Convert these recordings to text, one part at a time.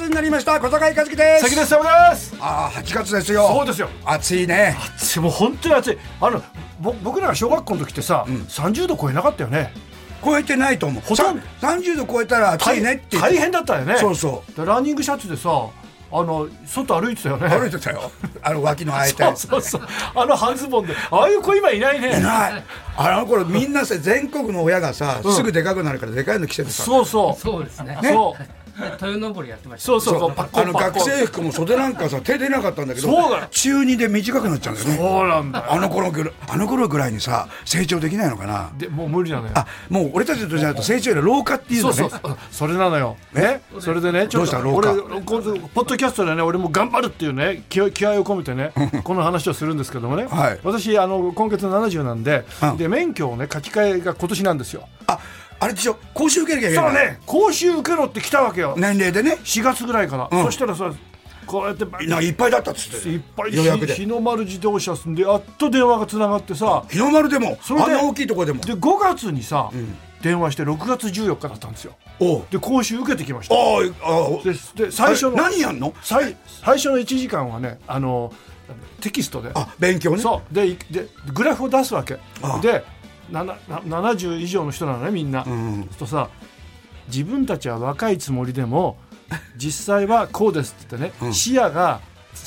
になりました。小坂井和樹です。 関根さんです。 8月ですよ。 そうですよ。 暑いね。 暑い、もう本当に暑い。僕らが小学校の時ってさ、30度超えなかったよね。 超えてないと思う。 ほとんど 30度超えたら暑いねって大変だったよね。 そうそう。 ランニングシャツでさ、外歩いてたよね。 歩いてたよ。脇のあえてそう半ズボンで、ああいう子今いないね。 いない。頃みんなさ、全国の親がさ、すぐでかくなるからでかいの着ててさ。 そうですね。 そう豊登りやってました。 そうパッコン学生服も袖なんかさ、手出なかったんだけど、中2で短くなっちゃうんだよね。 そうなんだよ。 あの頃ぐらいにさ、成長できないのかな。 でもう無理なのよ。 もう俺たちの年になると成長より老化っていうのね。 それなのよ。それでね、ちょっと俺ポッドキャストでね、俺も頑張るっていうね、気合を込めてねこの話をするんですけどもね、私今月70なんで、免許をね書き換えが今年なんですよ。 あれでしょ、講習受けなきゃいけない。 そうね、講習受けろって来たわけよ。 年齢でね、 4月ぐらいから。そしたらさ、こうやっていっぱいだったっつって、 いっぱい日の丸自動車でやっと電話がつながってさ、 日の丸でもあんな大きいとこでもで5月にさ、電話して6月14日だったんですよ。で講習受けてきました。で最初の何やんの？ 最初の1時間はね、テキストで勉強ね。 そうでグラフを出すわけで、70以上の人なのね、みんな。とさ、自分たちは若いつもりでも実際はこうですって言ってね、視野が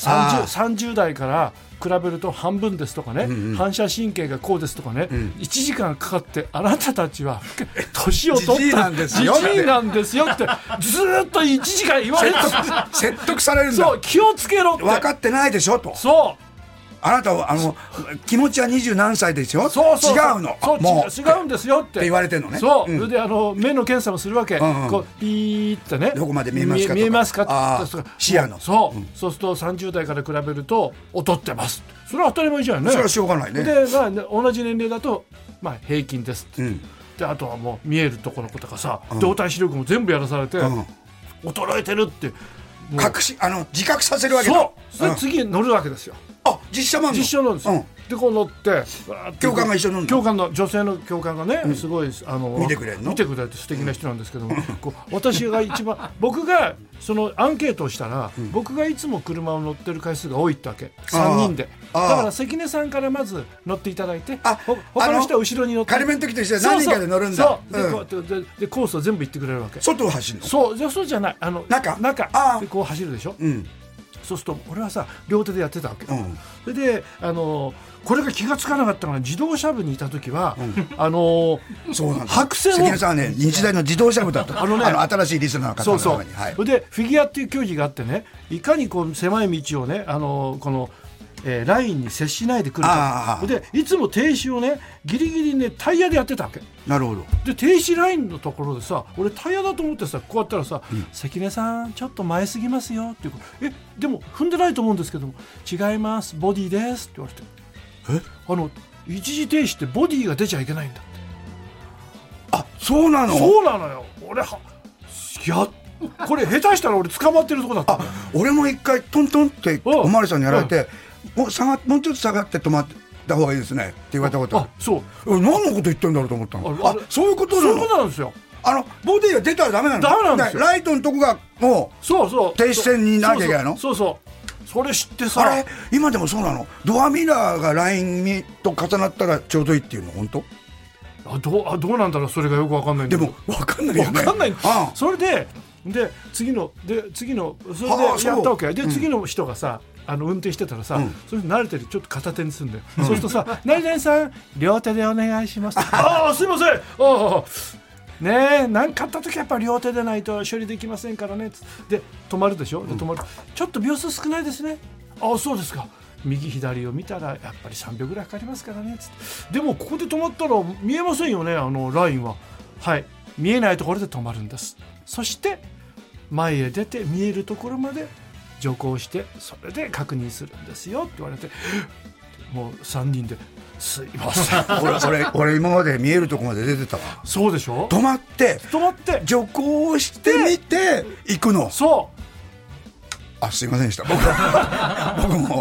30代から比べると半分ですとかね、反射神経がこうですとかね、1時間かかって、あなたたちは年を取ったじじいなんですよってずっと1時間言われて説得されるんだ。 そう、気をつけろって。 分かってないでしょと。 そう、 あなたは気持ちは20何歳でしょ。違うの。 もう違うんですよって言われてるのね。 そう。それで目の検査もするわけ。こうピーってね、 どこまで見えますかとか、 見えますかって、 視野の。 そうすると30代から比べると劣ってます。それは当たり前じゃんね。 それはしょうがないね。 で同じ年齢だと平均ですって。であとはもう見えるところとかさ、動体視力も全部やらされて、衰えてるって自覚させるわけだ。 それ次乗るわけですよ。 実写なんですよ。でこう乗って教官が一緒に乗るの。 教官の女性の教官がね、すごい見てくれて素敵な人なんですけども、私が一番僕がそのアンケートをしたら、僕がいつも車を乗ってる回数が多いってわけ。3人で。だから関根さんからまず乗っていただいて、他の人は後ろに乗って、 仮面の時と一緒で何人かで乗るんだ。 でコースを全部行ってくれるわけ。 外を走るの？ そうじゃない、中でこう走るでしょ。そうすると俺はさ、両手でやってたわけ。それでこれが気がつかなかったのが、自動車部にいた時はそうなん白線を、 関根さんはね、日大の自動車部だった。新しいリスナーの方の中に。 それでフィギュアっていう競技があってね、いかにこう狭い道をね、このラインに接しないで来るか。でいつも停止をね、ギリギリね、タイヤでやってたわけ。 なるほど。で停止ラインのところでさ、俺タイヤだと思ってさ、こうやったらさ、関根さんちょっと前すぎますよっていう。でも踏んでないと思うんですけども、違います、ボディですって言われて。一時停止ってボディが出ちゃいけないんだって。 そうなの？ そうなのよ。俺これ下手したら俺捕まってるとこだった。 俺も一回トントンっておまわりさんにやられて、もうちょっと下がって止まった方がいいですねって言われたことある。何のこと言ってんだろうと思ったの。そういうことなの？ そういうことなんですよ。 ボディが出たらダメなの？ ダメなんですよ。 ライトのとこがもう停止線になきゃいけないの？ それ知ってさ、 今でもそうなの？ドアミラーがラインと重なったらちょうどいいっていうの？本当？ どうなんだろう、それがよく分かんないんだけど。 でも分かんないよね。 分かんない。それで次のそれでやったわけで、次の人がさ、運転してたらさ、それ慣れてる、ちょっと片手にするんだよ。そうするとさ、何々さん両手でお願いします。すいません。ねえ、何かあった時はやっぱり両手でないと処理できませんからね。で止まるでしょ。で止まる。ちょっと秒数少ないですね。そうですか。右左を見たらやっぱり3秒ぐらいかかりますからね。でもここで止まったら見えませんよね、ラインは。見えないところで止まるんです。そして前へ出て見えるところまで徐行して、それで確認するんですよって言われて、もう3人ですいません。 俺今まで見えるところまで出てたわ。 そうでしょ。 止まって徐行してみて行くの。 そう。 すいませんでした。僕も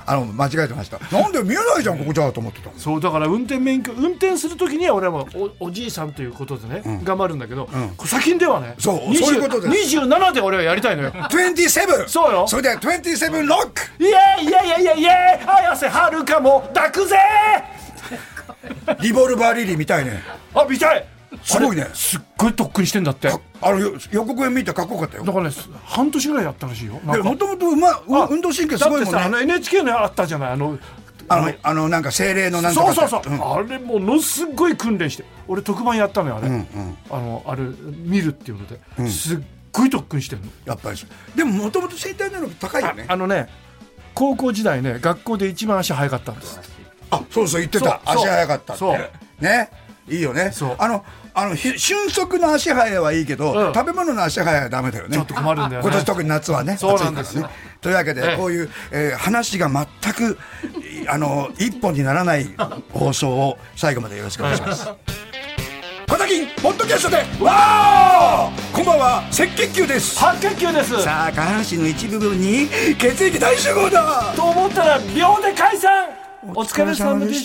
間違えてました。なんで見えないじゃんここじゃと思ってた。 そうだから運転するときには俺はもう おじいさんということでね、頑張るんだけど、先ではね、 そういうことです。 27で俺はやりたいのよ。 27。 そうよ。 それでは27ロック。 イエーイイエーイイエーイイエーイ、綾瀬はるかも抱くぜリボルバーリリー見たいね。 あ、見たい。 すごいね。 すっごいとっくにしてんだって。 予告編見てかっこよかったよ。 だからね、半年ぐらいやったらしいよ。 もともと運動神経すごいもんね。 だってさ、NHK のあったじゃない、 なんか精霊のなんとか。 そう、あれものすっごい訓練して、俺特番やったのよあれ、あれ見るっていうので、すっごい特訓してるの。 やっぱりでももともと身体能力高いよね。 高校時代ね、学校で一番足速かったんです。 そう言ってた。足速かったってね。いいよね。俊足の足早はいいけど、食べ物の足早はダメだよね。 ちょっと困るんだよね。 今年特に夏はね。 そうなんですよ。 というわけで、こういう、話が全く一本にならない放送を最後までよろしくお願いします。小崎ポッドキャストでわー、こんばんは、赤血球です。 白血球です。 さあ、下半身の一部分に血液大集合だと思ったら秒で解散。お疲れ様でした。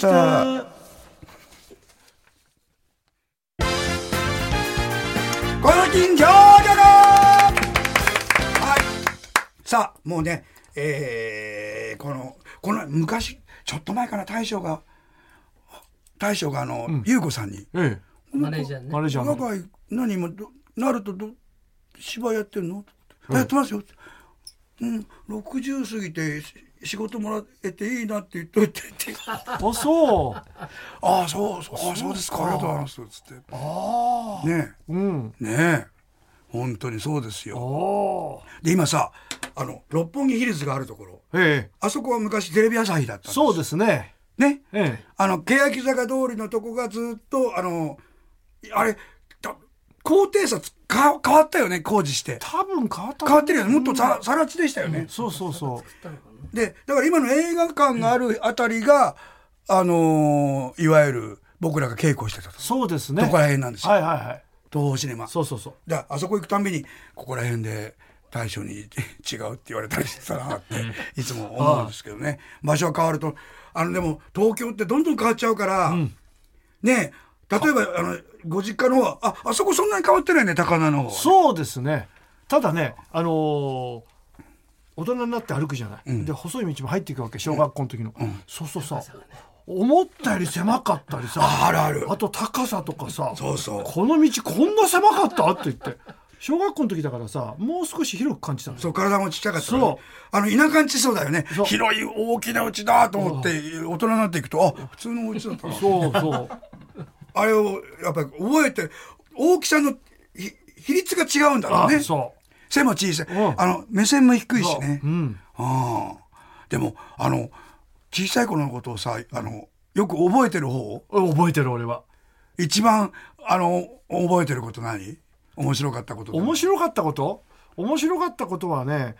この金城はい。さあ、もうね、この昔ちょっと前から大将が優子さんに、 マネージャーね。 マネージャーの。 何今なると芝居やってんの？やってますよ。60過ぎて仕事もらえていいなって言っといてって。 あ、そう。 そうですか。ありがとうございますつって。ねえ、本当にそうですよ。で今さ、六本木ヒルズがあるところ、あそこは昔テレビ朝日だったんです。 そうですね。 ね、欅坂通りのとこがずっとあれ高低差変わったよね、工事して。 多分変わってるよね。もっとさら地でしたよね。 そう。 でだから今の映画館があるあたりが、いわゆる僕らが稽古してたと。 そうですね。 どこら辺なんですよ。 はい。 東宝シネマ。 そう。 であそこ行くたんびにここら辺で大将に違うって言われたりしてたなっていつも思うんですけどね。場所が変わるとでも東京ってどんどん変わっちゃうから、ね、例えばご実家の方はあそこそんなに変わってないね、高菜の方は。 そうですね。ただね、大人になって歩くじゃない、で細い道も入っていくわけ、小学校の時の、そうさ、思ったより狭かったりさ、あと高さとかさ、この道こんな狭かったって言って、小学校の時だからさ、もう少し広く感じたの。 そう、体もちっちゃかった、ね、田舎んちそうだよね。広い大きな家だと思って大人になっていくと普通のお家だったな。 そうあれをやっぱり覚えて、大きさの比率が違うんだろうね。背も小さい、目線も低いしね。でも小さい頃のことをさ、よく覚えてる方？ 覚えてる。俺は一番覚えてること何？面白かったこと？ 面白かったことはね、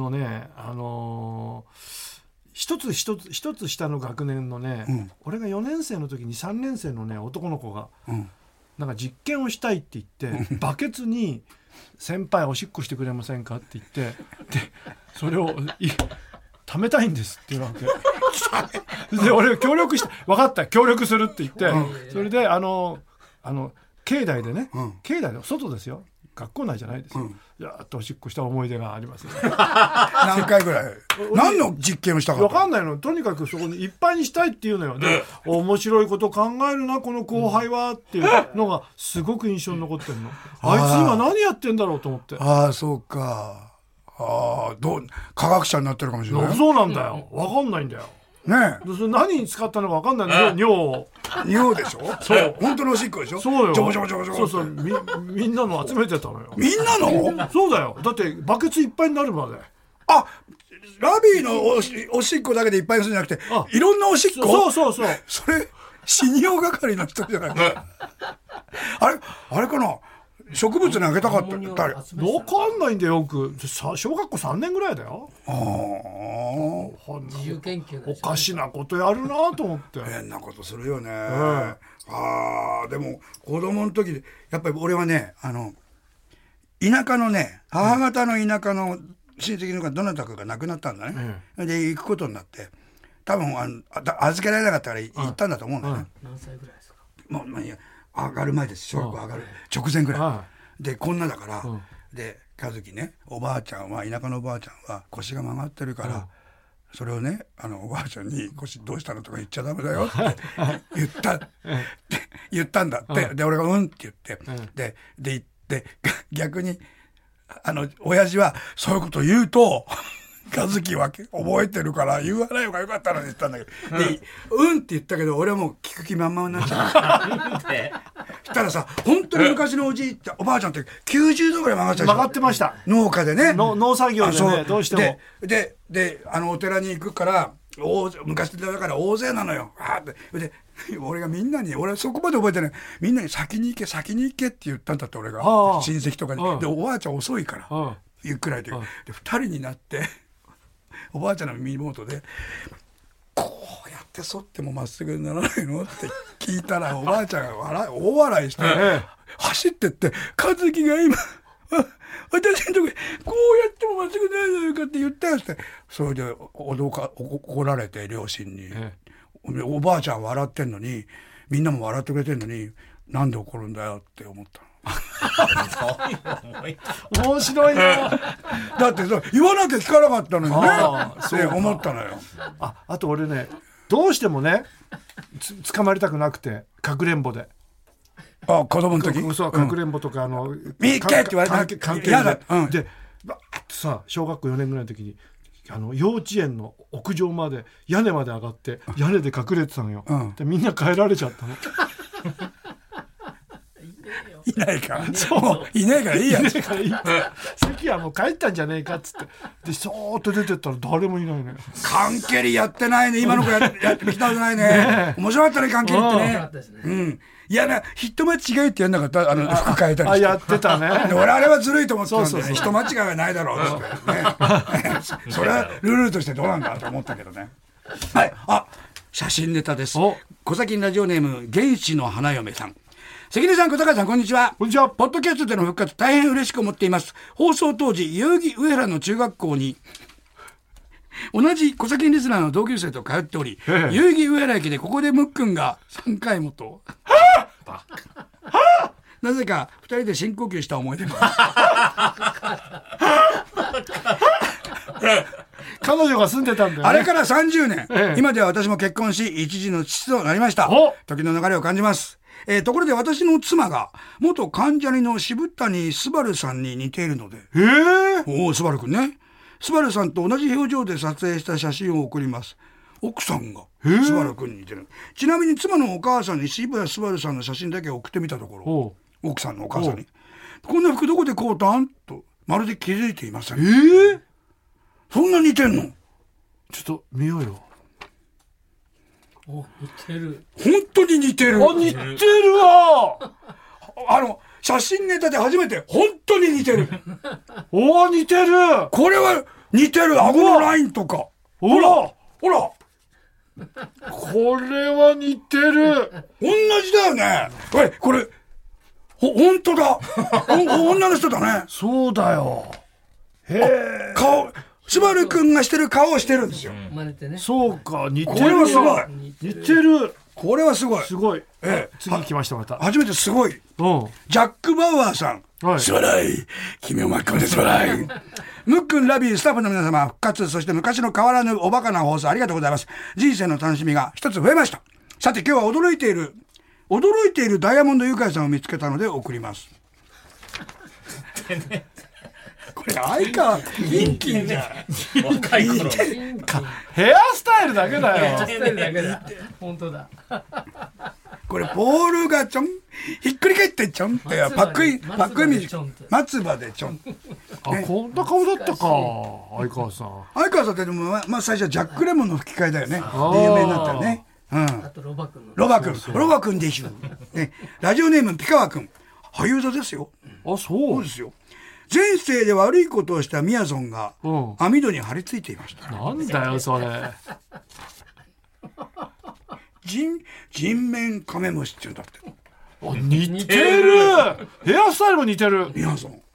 一つ下の学年のね、俺が4年生の時に3年生のね男の子が、なんか実験をしたいって言ってバケツに先輩おしっこしてくれませんかって言って、でそれを貯めたいんですっていうわけで、俺協力して、分かった協力するって言って、それで境内でね、境内の外ですよ、学校内じゃないですよ、やっとおしっこした思い出がありますね。 何回ぐらい？何の実験をしたか分かんないの。とにかくそこにいっぱいにしたいっていうのよ。で、面白いこと考えるなこの後輩はっていうのがすごく印象に残ってるの。あいつ今何やってんだろうと思って。 そうか。科学者になってるかもしれない。 そうなんだよ。分かんないんだよね。それ何に使ったのか分かんないんだよ。 尿でしょ。そう本当のおしっこでしょ。 そうよ。 ジョボジョボジョボジョボ。 そうみんなの集めてたのよ。 みんなの？ そうだよ。だってバケツいっぱいになるまで。 ラビーのおしっこだけでいっぱいにするんじゃなくて、いろんなおしっこ。 そうそれ死に尿係の人じゃないあれかな。植物にあげたかった誰？分かんないんだよ。よく小学校3年ぐらいだよ。 自由研究。 おかしなことやるなと思って。 変なことするよね。でも子供の時でやっぱり俺はね、田舎のね、母方の田舎の親戚の方どなたかが亡くなったんだね。で行くことになって、 多分預けられなかったから行ったんだと思うんだよね。 何歳ぐらいですか？ もうまあいや上がる前です。小学校上がる直前ぐらいでこんなだから、で和樹ね、おばあちゃんは田舎のおばあちゃんは腰が曲がってるから、それをねおばあちゃんに腰どうしたのとか言っちゃダメだよって言ったんだって。で俺がうんって言って、で言って逆に親父はそういうこと言うと和樹は覚えてるから言わない方がよかったのに言ったんだけど、でうんって言ったけど俺はもう聞く気満々になっちゃう。したらさ、本当に昔のおばあちゃんって90度ぐらい曲がってたでしょ。 曲がってました。 農家でね、 農作業でね、どうしてもでお寺に行くから昔だから大勢なのよ。で俺がみんなに、俺はそこまで覚えてない、みんなに先に行けって言ったんだって俺が親戚とかに。でおばあちゃん遅いからゆっくり入ってで2人になっておばあちゃんの耳元でこうやって剃ってもまっすぐにならないのって聞いたらおばあちゃんが大笑いして走ってって和樹が今私のとこにこうやってもまっすぐにならないのかって言ったよって。それで怒られて両親に、おばあちゃん笑ってんのにみんなも笑ってくれてんのになんで怒るんだよって思ったの。 面白いな。 だって言わなきゃ聞かなかったのにねって思ったのよ。 あと俺ね、どうしてもね捕まりたくなくて、かくれんぼで。 子供の時そう、かくれんぼとか見っけって言われた関係でバーッとさ、小学校4年ぐらいの時に幼稚園の屋上まで屋根まで上がって屋根で隠れてたのよ。でみんな帰られちゃったの。 いないか。そういないからいいや。 関はもう帰ったんじゃねえかっつって、でそーっと出てったら誰もいないね。 関係りやってないね。今の子やってきたんじゃないね。面白かったね、関係りってね。いやな、人間違いってやんなかった？服変えたりして。 やってたね。 俺あれはずるいと思ってたんで、人間違いはないだろうってね。それはルールとしてどうなんだと思ったけどね。はい、写真ネタです。小崎ラジオネーム原始の花嫁さん。関根さん、小坂さん、こんにちは。 こんにちは。 ポッドキャストでの復活、大変嬉しく思っています。放送当時、代々木上原の中学校に同じ小崎リスナーの同級生と通っており、代々木上原駅でここでムックンが3回もとなぜか2人で深呼吸した思い出が彼女が住んでたんだよね。 あれから30年、今では私も結婚し一児の父となりました。時の流れを感じます。ところで私の妻が元関ジャニの渋谷すばるさんに似ているので、すばるくんね、すばるさんと同じ表情で撮影した写真を送ります。奥さんがすばるくんに似てる。ちなみに妻のお母さんに渋谷すばるさんの写真だけ送ってみたところ、奥さんのお母さんにこんな服どこで買うたんとまるで気づいていません。そんな似てんの？ ちょっと見ようよ。 似てる。 本当に似てる。 似てるわ。 写真ネタで初めて本当に似てる。 似てる。これは似てる。顎のラインとか。ほら。 これは似てる。 同じだよね。これ本当だ。女の人だね。 そうだよ。 顔。スバルくんがしてる顔をしてるんですよ。 真似てね。 そうか、似てる。 これはすごい。 似てる。 これはすごい。 すごい。次来ましたまた。 初めてすごい。ジャック・バウアーさん。すばらい。君を巻き込んですばらい。ムックンラビースタッフの皆様復活、そして昔の変わらぬおバカな放送ありがとうございます。人生の楽しみが一つ増えました。さて今日は驚いているダイヤモンドユカイさんを見つけたので送ります。これ相川キンキンじゃん。 若い頃ヘアスタイルだけだよ。 ヘアスタイルだけだ。本当だ。 これボールがちょんひっくり返ってちょんってパックイン松葉でちょん。 こんな顔だったか。相川さんってでも最初はジャックレモンの吹き替えだよね。で有名になったよね。 あとロバくんでしょ。ラジオネームピカワくん、俳優座ですよ。そうですよ。前世で悪いことをしたみやぞんが網戸に張り付いていました。 なんだよそれ。 人面カメムシって言うんだって。 似てる。ヘアスタイルも似てる。 みやぞん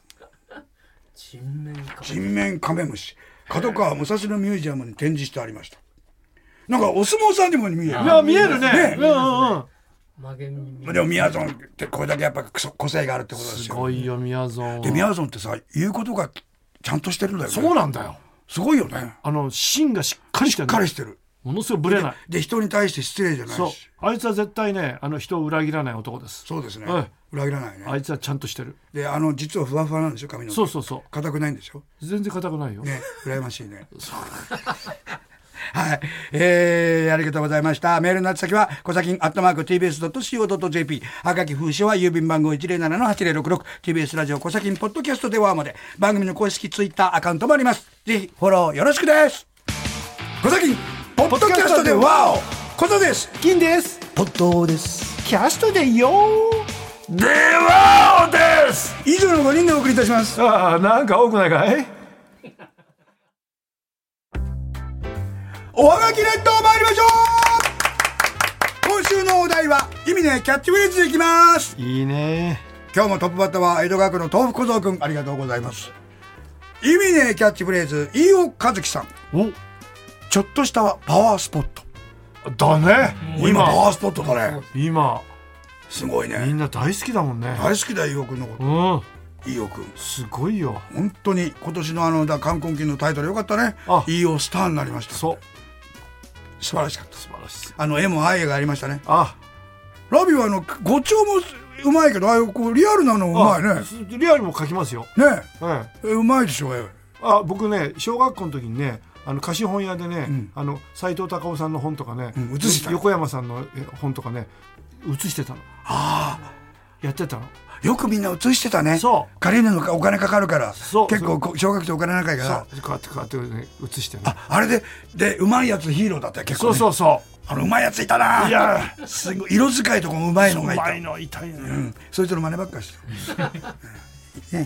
人面カメムシ、角川武蔵野ミュージアムに展示してありました。 なんかお相撲さんにも見える。 いや見えるね。 曲げ耳。 でもみやぞんってこれだけやっぱ個性があるってことですよ。 すごいよみやぞん。 でみやぞんってさ言うことがちゃんとしてるんだよね。 そうなんだよ。 すごいよね。 芯がしっかりしてる。 しっかりしてる。 ものすごいブレない。 で人に対して失礼じゃないし。 そう。あいつは絶対ね人を裏切らない男です。 そうですね。裏切らないね。 あいつはちゃんとしてる。 で実はふわふわなんでしょ髪の毛。 そうそうそう。 硬くないんでしょ。 全然硬くないよ。 ね羨ましいね。はい、ありがとうございました。メールの宛先は小崎@tbs.co.jp、 はがき封書は郵便番号 107-8066、 TBS ラジオ小崎ポッドキャストではまで。番組の公式ツイッターアカウントもあります。ぜひフォローよろしくです。小崎ポッドキャストでワオコトです。 金です。 ポッドです。 キャストでよーでワオです。以上の5人でお送りいたします。 なんか多くないかい。 おはがきネット参りましょう。今週のお題は意味ねキャッチフレーズでいきます。 いいね。 今日もトップバッターは江戸川区の豆腐小僧くん、ありがとうございます。意味ねキャッチフレーズ、飯尾和樹さん。ちょっとしたパワースポットだね。 今パワースポットだね。 今すごいね。 みんな大好きだもんね。 大好きだよ飯尾くんのこと。飯尾くんすごいよ。 本当に今年の冠婚金のタイトルよかったね。飯尾スターになりました。 そう素晴らしかった。 素晴らしい。 絵も愛がありましたね。 ラビは語調もうまいけど、こうリアルなのうまいね。 リアルも書きますよね。うまいでしょ。 僕ね小学校の時にね貸本屋でね、斎藤隆夫さんの本とかね、 写してた。 横山さんの本とかね写してたの。やってたの。 よくみんな写してたね。 そう。 借りるのがお金かかるから。 そう。 結構小学生お金長いから。 そう。こうやってね写してね。 あれでうまいやつヒーローだったよ結構ね。 そううまいやついたな。いやすごい色使いとかもうまいのがいた。 うまいのいたよね。 そいつの真似ばっかりして。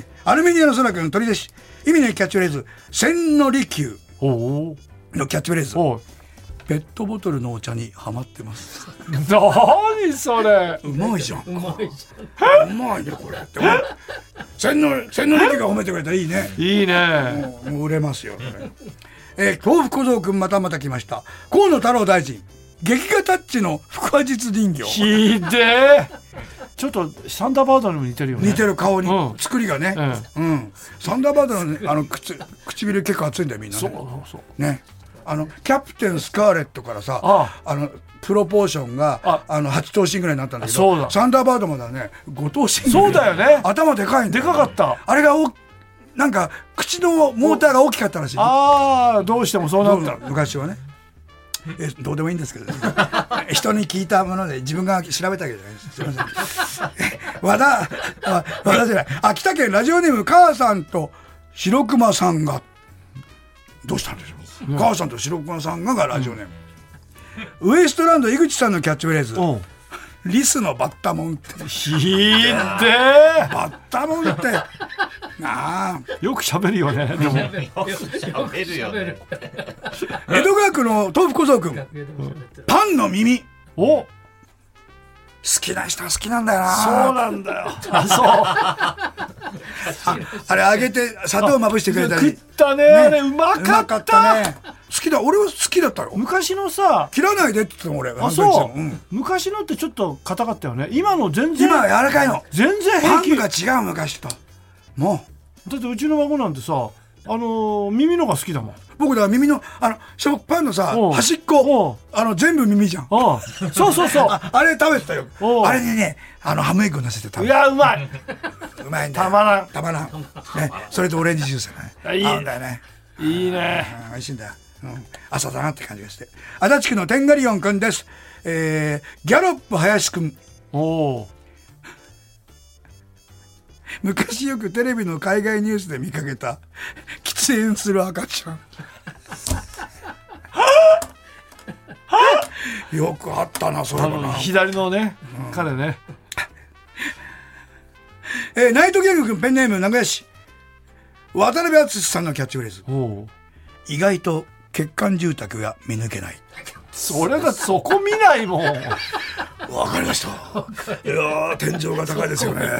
アルメニアの空くん鳥弟子。意味のキャッチフレーズ、千利休のキャッチフレーズ。ペットボトルのお茶にハマってます。 何それ。 うまいじゃん。うまいねこれ。千利休が褒めてくれたらいいね。 いいね。 もう売れますよこれ。豆腐小僧くんまたまた来ました。河野太郎大臣、劇画タッチの腹話術人形。 ひでえ。ちょっとサンダーバードにも似てるよね。 似てる顔に、作りがね。サンダーバードの唇結構厚いんだよみんなね。そうね。キャプテンスカーレットからさ、プロポーションが8頭身ぐらいになったんだけど、サンダーバードまではね5頭身。 そうだよね。 頭でかいんだよ。 でかかった。 あれがなんか口のモーターが大きかったらしい。 どうしてもそうなった。 昔はね。どうでもいいんですけど、ね、人に聞いたもので自分が調べたわけじゃないです。すいません。和田じゃない。秋田県ラジオネーム母さんと白熊さんがどうしたんでしょう。母さんと白熊さんがラジオネーム。ウエストランド井口さんのキャッチフレーズ。リスのバッタモンって。 ひでえ。 バッタモンって。 よく喋るよね。でも喋るよね。 江戸川区の豆腐小僧くん、パンの耳。好きな人は好きなんだよな。 そうなんだよ。 あれ揚げて砂糖まぶしてくれたり。 食ったね。あれうまかったね。 好きだ。俺は好きだったよ。 昔のさ、 切らないでって言っても俺。 そう。昔のってちょっと硬かったよね。今の全然。 今は柔らかいの。 全然平気。 パンが違う昔と。もう。だってうちの孫なんてさ、耳のが好きだもん。 僕だから耳の食パンのさ端っこ全部耳じゃん。 そうあれ食べてたよ。あれにねハムエッグ乗せて食べて。 いやうまい。 うまいんだよ。たまらん。それとオレンジジュースね。合うんだよね。 いいね。 美味しいんだよ。朝だなって感じがして。足立区のテンガリオンくんです。ギャロップ林くん。昔よくテレビの海外ニュースで見かけた喫煙する赤ちゃん。よくあったなそれはな。 左のね、彼ね。 ナイトギャング君ペンネーム名古屋市渡辺敦さんのキャッチフレーズ。意外と欠陥住宅が見抜けない。 それだってそこ見ないもん。 わかりました。いや天井が高いですよね。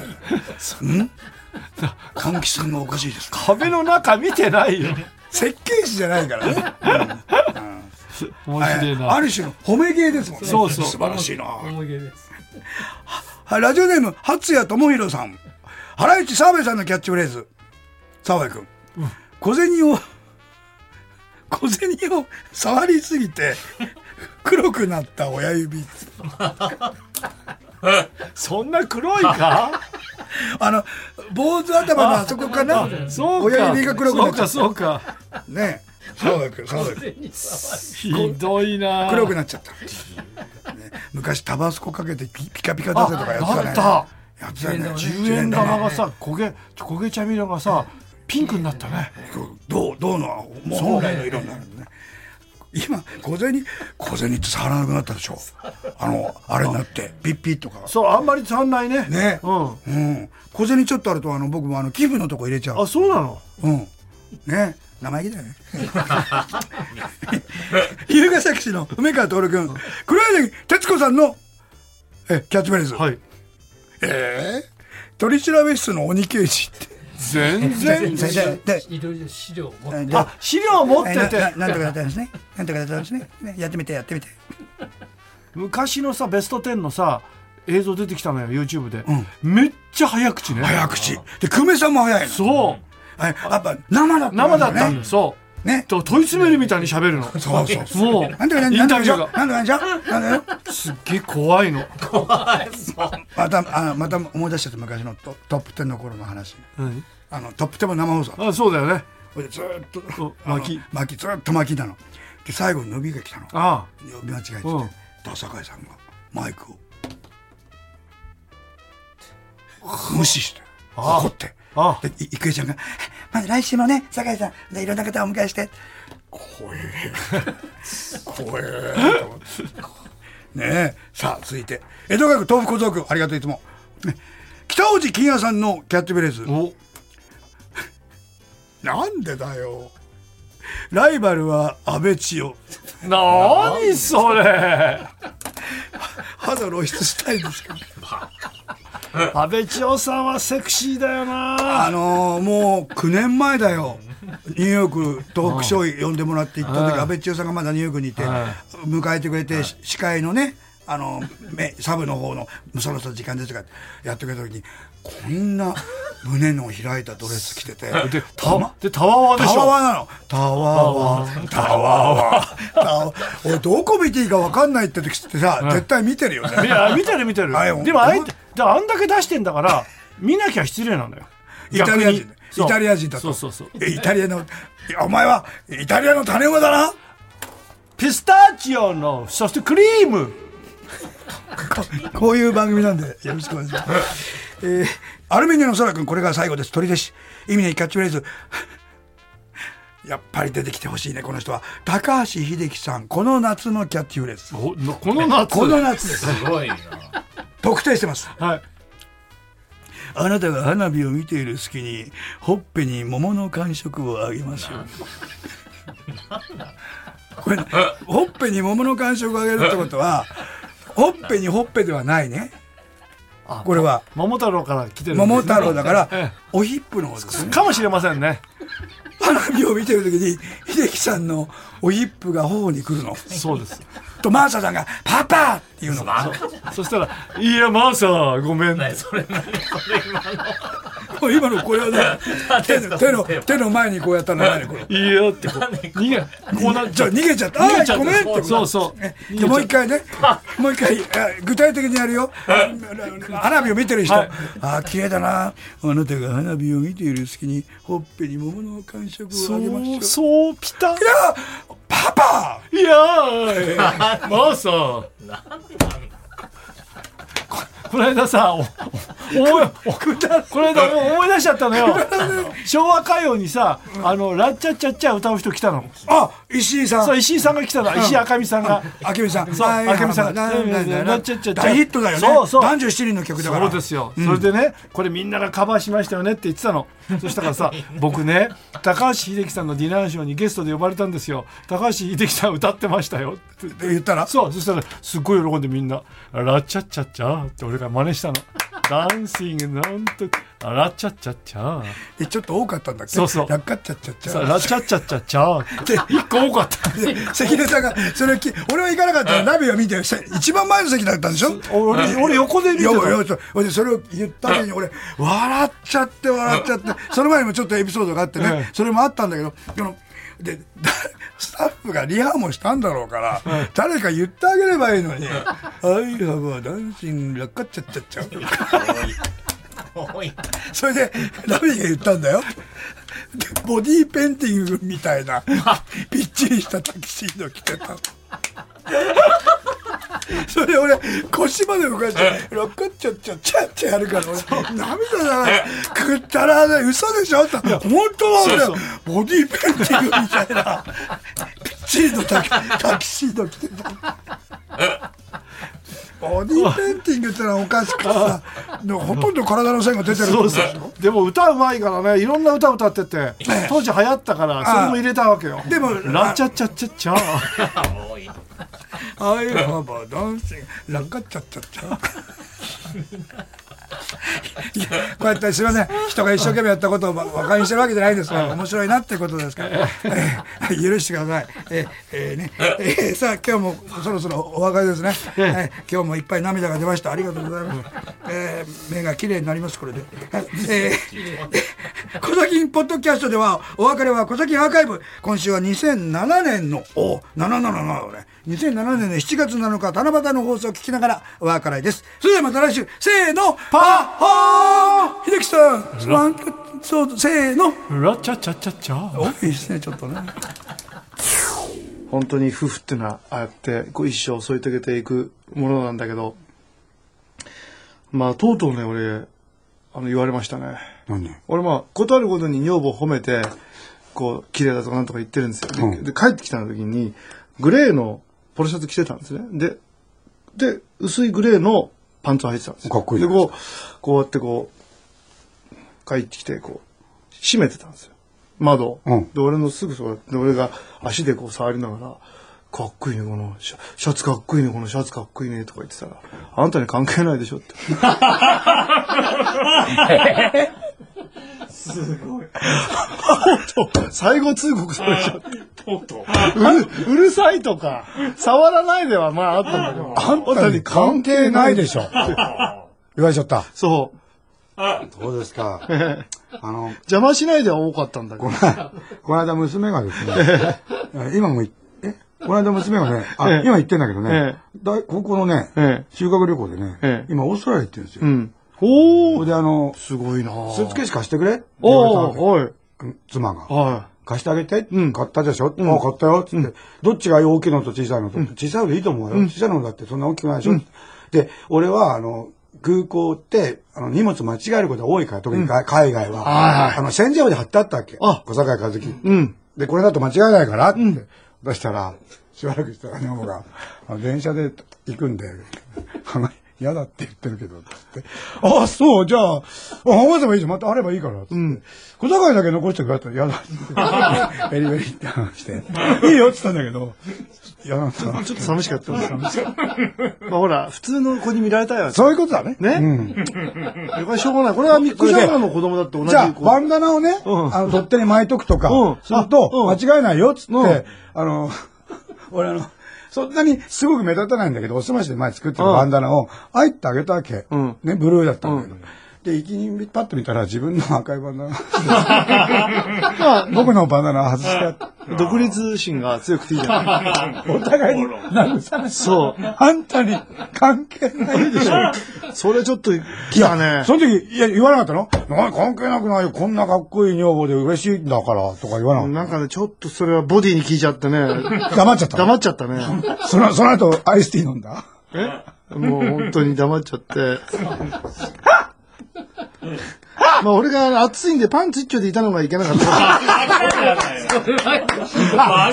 換気扇がおかしいです。 壁の中見てないよ。 設計士じゃないからね。 面白いな。 ある種の褒め芸ですもんね。 そうそう素晴らしいな。 思い出です。 はい、ラジオネーム初谷智弘さん。ハライチ澤部さんのキャッチフレーズ。澤部君、小銭を触りすぎて黒くなった親指。 そんな黒いか？ 坊主頭のあそこかな。 そうか。 親指が黒くなっちゃった。 そうか。 ねえ、澤部君。 ひどいな。 黒くなっちゃった。ね、昔タバスコかけてピカピカ出せとかやってたね。やってたね。 10円玉がさ、焦げ茶色がさ、ピンクになったね。 銅のもう本来の色になるね。今小銭って触らなくなったでしょ。あれになってピッピッとか。 そう、あんまり触んないね。 ね。小銭ちょっとあると僕も寄付のとこ入れちゃう。 あ、そうなの。 ね。生意気だよね。龍ヶ崎市の梅川徹君、黒柳徹子さんのキャッチフレーズ。 はい。 取調室の鬼刑事って。 全然いろいろ資料を持って。 資料を持ってて。 なんとかだったんですね。なんとかだったんですね。やってみて。 昔のさベスト10のさ映像出てきたのよ YouTube で。めっちゃ早口ね。 早口。で久米さんも早いの。 そう。 やっぱ生だったんだ。 そう。ね、問い詰めるみたいに喋るの。そう。もうインタビューがすっげえ怖いの。 また思い出しちゃった昔のトップ10の頃の話。トップ10も生放送。 そうだよね。 ずっと巻きずっと巻きなの。で最後に伸びが来たの。呼び間違えてて、酒井さんがマイクを無視して怒って。で郁恵ちゃんがまず来週もね酒井さんでいろんな方をお迎えして怖えねえ。さあ続いて江戸川区豆腐小僧君、ありがとう。いつも北大路欣也さんのキャッチフレーズ。なんでだよ、ライバルは安倍千代。 何それ。 肌露出したいですか。 安倍千代さんはセクシーだよな。 もう9年前だよ。ニューヨークトークショー呼んでもらって行った時、安倍千代さんがまだニューヨークにいて、迎えてくれて、司会のねサブの方のそろそろ時間ですとかやってくれた時に、こんな胸の開いたドレス着ててでタワワでしょ。 タワワなの。タワワ俺どこ見ていいか分かんないって時ってさ、絶対見てるよね。 見てる。でもあんだけ出してんだから見なきゃ失礼なんだよ。 イタリア人だと。そうイタリアのお前はイタリアの種馬だな。 ピスタチオのそしてクリームこういう番組なんでよろしくお願いします。アルメニアの空君、これが最後です。鳥弟子意味ないキャッチフレーズ。やっぱり出てきてほしいね、この人は。高橋英樹さん、この夏のキャッチフレーズ。 この夏です。すごいな。 特定してます。 はい。 あなたが花火を見ている隙にほっぺに桃の感触をあげましょう。これ、ほっぺに桃の感触をあげるってことはほっぺにほっぺではないね。これは桃太郎から来てるんですね。 桃太郎だからおヒップの方ですね。 かもしれませんね。 花火を見てる時に秀樹さんのおヒップが頬に来るの。 そうです。 とマーサさんがパパって言うの。 そしたらいやマーサごめん。 それ今のこれはね、手の前にこうやったの何これ。 いいよってこう逃げちゃった。あ、ごめんって。 そう。 もう一回ね。もう一回具体的にやるよ。花火を見てる人。あ、綺麗だな。あなたが花火を見ている隙にほっぺに桃の感触をあげましょう。 そうピタ。いやパパ。 いやマーサ。この間さこの間思い出しちゃったのよ。昭和歌謡にさラッチャッチャッチャ歌う人来たの。 あ、石井さん。 そう、石井さんが来たの。石井あかみさんが。 あけみさん。 そう、あけみさんが。ラッチャッチャッチャ。 大ヒットだよね。 そう。 男女7人の曲だから。 そうですよ。それでね、これみんながカバーしましたよねって言ってたの。そしたからさ、僕ね、高橋英樹さんのディナーショーにゲストで呼ばれたんですよ。高橋英樹さん歌ってましたよって言ったら、 そう、そしたらすっごい喜んでみんなラッチャッチャッチャって俺が真似したの。ダンシングなんとラチャッチャッチャちょっと多かったんだっけ。 そうそうラッカッチャッチャッチャ。 ラチャッチャッチャッチャって一個多かった関根さんがそれ俺は行かなかったらナビを見て一番前の席だったんでしょ。 俺横で見てた。 それを言った時に俺笑っちゃってその前にもちょっとエピソードがあってね、それもあったんだけど、でスタッフがリハもしたんだろうから、誰か言ってあげればいいのに「I have a dancing ラッカッチャッチャッチャ」それでナビが言ったんだよ。ボディーペンティングみたいなぴっちりしたタキシード着てた。それ俺腰まで動かしてラッカッチャッチャッチャッチャやるから俺涙だな食ったらね嘘でしょって本当なんだよ。ボディーペンティングみたいなぴっちりのタキシード着てた。ボディーペンティングってのはおかしくてさ、ほとんど体の線が出てる。 そうでも歌うまいからね、いろんな歌歌ってて当時流行ったからそれも入れたわけよ。 でもラチャッチャッチャッチャああいうハバダンシングラッカッチャッチャッチャ。こうやってすいません、人が一生懸命やったことを馬鹿にしてるわけじゃないですから面白いなってことですから、許してください。さあ今日もそろそろお別れですね。今日もいっぱい涙が出ました。ありがとうございます。目が綺麗になりますこれで。コサキンポッドキャストではお別れはコサキンアーカイブ。今週は2007年の2007年の7月7日七夕の放送を聞きながらお別れです。それではまた来週。せーのパッホー。秀樹さんそうせーのラチャチャチャチャ。 多いですねちょっとね。 本当に夫婦ってのはああやってこう一生添い遂げていくものなんだけど、まあとうとうね俺言われましたね。 何？ 俺ことあるごとに女房を褒めてこう綺麗だとかなんとか言ってるんですよ。で帰ってきた時にグレーのポロシャツ着てたんですね。で薄いグレーのパンツを履いてたんですよ。 かっこいい。 でこうやって帰ってきて閉めてたんですよ窓を。で俺のすぐそうやって俺が足で触りながらかっこいいねこのシャツかっこいいねこのシャツかっこいいねとか言ってたらあんたに関係ないでしょって。すごい。最後通告されちゃって。うるさいとか触らないではあったんだけど、 あんたに関係ないでしょ。言われちゃった。 そう。 そうですか。 邪魔しないでは多かったんだけど。 この間娘がですね、今もこの間娘がね、今言ってんだけどね、高校のね、修学旅行でね、今オーストラリア行ってるんですよ。おー。ですごいなスーツケース貸してくれって言われたわけ。 妻が。貸してあげて。買ったでしょ。買ったよ。つって。どっちが大きいのと小さいのと。小さいのでいいと思うよ。小さいのだってそんな大きくないでしょ。で、俺は空港って荷物間違えることが多いから、特に海外は。洗浄で貼ってあったわけ。小坂井和樹。で、これだと間違いないからって出したら、しばらくしたら女房が、電車で行くんで、嫌だって言ってるけど、つって。あ、そう、じゃあ、合わせばいいじゃん、またあればいいから、つって。小坂井だけ残してくれたら嫌だって。ベリベリって話して。いいよって言ったんだけど、嫌なんだ。 ちょっと寂しかった。ほら、普通の子に見られたいわけ。 そういうことだね。 ね。これしょうがない。これはミック・ジャガーの子供だって同じ。 じゃあ、バンダナをね、取っ手に巻いとくとか、すると、間違いないよ、つって、俺そんなにすごく目立たないんだけど、おすましで前作ってるバンダナを、あいってあげたわけ。ね、ブルーだったんだけど。で、行きにパッと見たら自分の赤いバンダナ。僕のバンダナを外してやった。 独立心が強くていいじゃん。お互いに慰め。 そう。 あんたに関係ないでしょ。 それちょっと、いやね。 その時、言わなかったの？関係なくないよ。こんなかっこいい女房で嬉しいんだから、とか言わなかった。 なんかね、ちょっとそれはボディに効いちゃってね。 黙っちゃった。 黙っちゃったね。 その後、アイスティー飲んだ？ もう本当に黙っちゃって。俺が暑いんでパンツ一丁でいたのがいけなかった。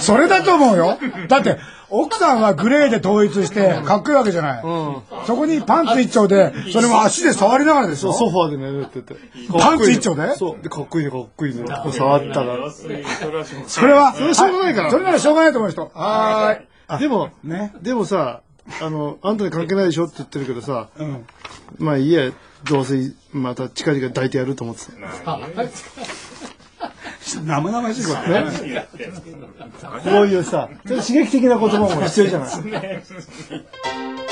それだと思うよ。だって、奥さんはグレーで統一してかっこいいわけじゃない。そこにパンツ一丁で、それも足で触りながらですよ。 ソファーで寝てて。 パンツ一丁で？ そう。で、かっこいいね、かっこいいね。触ったら。 それは、 それしょうがないから。 それならしょうがないと思う人。 でもさ、あんたに関係ないでしょって言ってるけどさ、まあいいや、 どうせまた近々抱いてやると思ってた。 生々しいことね。 こういうさ、ちょっと刺激的な言葉も必要じゃない。